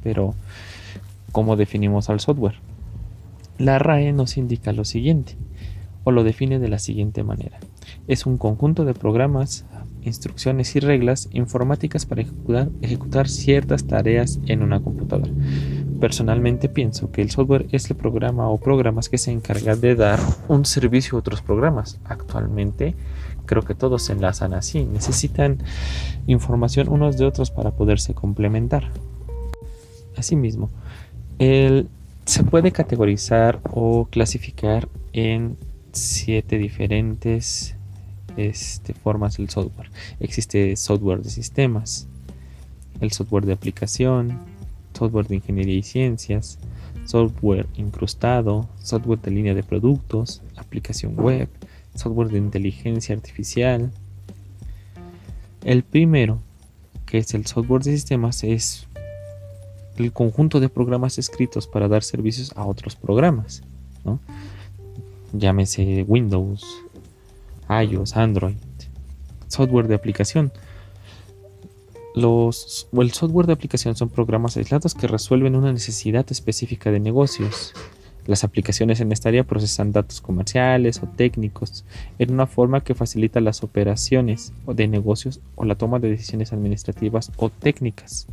pero ¿cómo definimos al software? La RAE nos indica lo siguiente, o lo define de la siguiente manera. Es un conjunto de programas, instrucciones y reglas informáticas para ejecutar ciertas tareas en una computadora. Personalmente pienso que el software es el programa o programas que se encargan de dar un servicio a otros programas. Actualmente creo que todos se enlazan así, necesitan información unos de otros para poderse complementar. Asimismo, se puede categorizar o clasificar en 7 diferentes formas del software. Existe software de sistemas, el software de aplicación, software de ingeniería y ciencias, software incrustado, software de línea de productos, aplicación web, software de inteligencia artificial. El primero, que es el software de sistemas, es el conjunto de programas escritos para dar servicios a otros programas, ¿no? Llámese Windows, iOS, Android. Software de aplicación. El software de aplicación son programas aislados que resuelven una necesidad específica de negocios. Las aplicaciones en esta área procesan datos comerciales o técnicos en una forma que facilita las operaciones de negocios o la toma de decisiones administrativas o técnicas.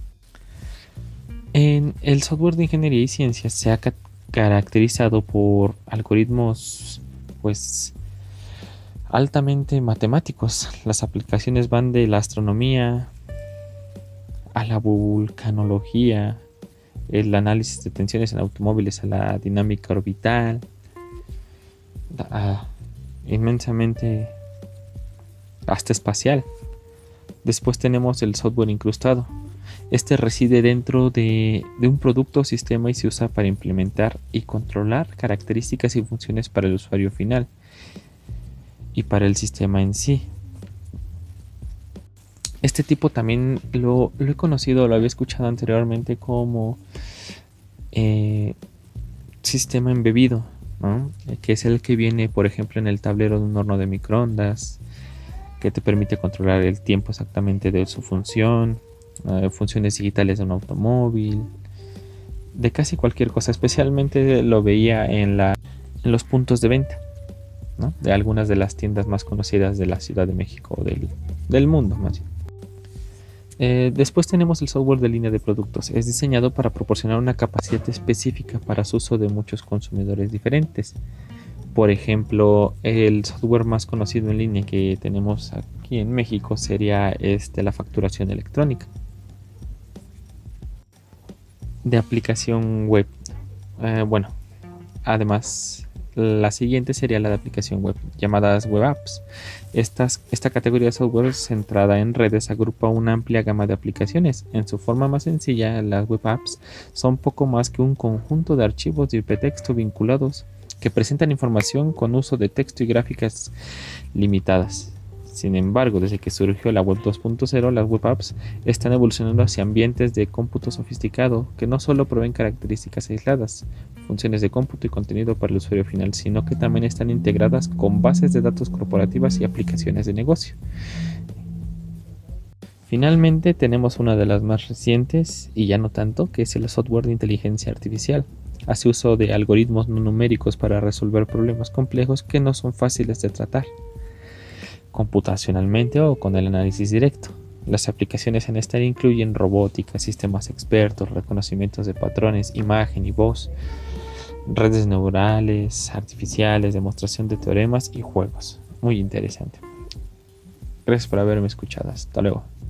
En el software de ingeniería y ciencias se ha caracterizado por algoritmos altamente matemáticos. Las aplicaciones van de la astronomía a la vulcanología, el análisis de tensiones en automóviles, a la dinámica orbital, inmensamente hasta espacial. Después tenemos el software incrustado. Este reside dentro de un producto o sistema y se usa para implementar y controlar características y funciones para el usuario final y para el sistema en sí. Este tipo también lo he conocido, lo había escuchado anteriormente como sistema embebido, ¿no? Que es el que viene, por ejemplo, en el tablero de un horno de microondas, que te permite controlar el tiempo exactamente de su función, funciones digitales de un automóvil, de casi cualquier cosa. Especialmente lo veía en los puntos de venta, ¿no? De algunas de las tiendas más conocidas de la Ciudad de México o del mundo más bien. Después tenemos el software de línea de productos. Es diseñado para proporcionar una capacidad específica para su uso de muchos consumidores diferentes. Por ejemplo, el software más conocido en línea que tenemos aquí en México sería la facturación electrónica. De aplicación web. Además, la siguiente sería la de aplicación web, llamadas web apps. Esta categoría de software centrada en redes agrupa una amplia gama de aplicaciones. En su forma más sencilla, las web apps son poco más que un conjunto de archivos de hipertexto vinculados que presentan información con uso de texto y gráficas limitadas. Sin embargo, desde que surgió la web 2.0, las web apps están evolucionando hacia ambientes de cómputo sofisticado que no solo proveen características aisladas, funciones de cómputo y contenido para el usuario final, sino que también están integradas con bases de datos corporativas y aplicaciones de negocio. Finalmente tenemos una de las más recientes, y ya no tanto, que es el software de inteligencia artificial. Hace uso de algoritmos no numéricos para resolver problemas complejos que no son fáciles de tratar computacionalmente o con el análisis directo. Las aplicaciones en esta área incluyen robótica, sistemas expertos, reconocimientos de patrones, imagen y voz, redes neurales, artificiales, demostración de teoremas y juegos. Muy interesante. Gracias por haberme escuchado. Hasta luego.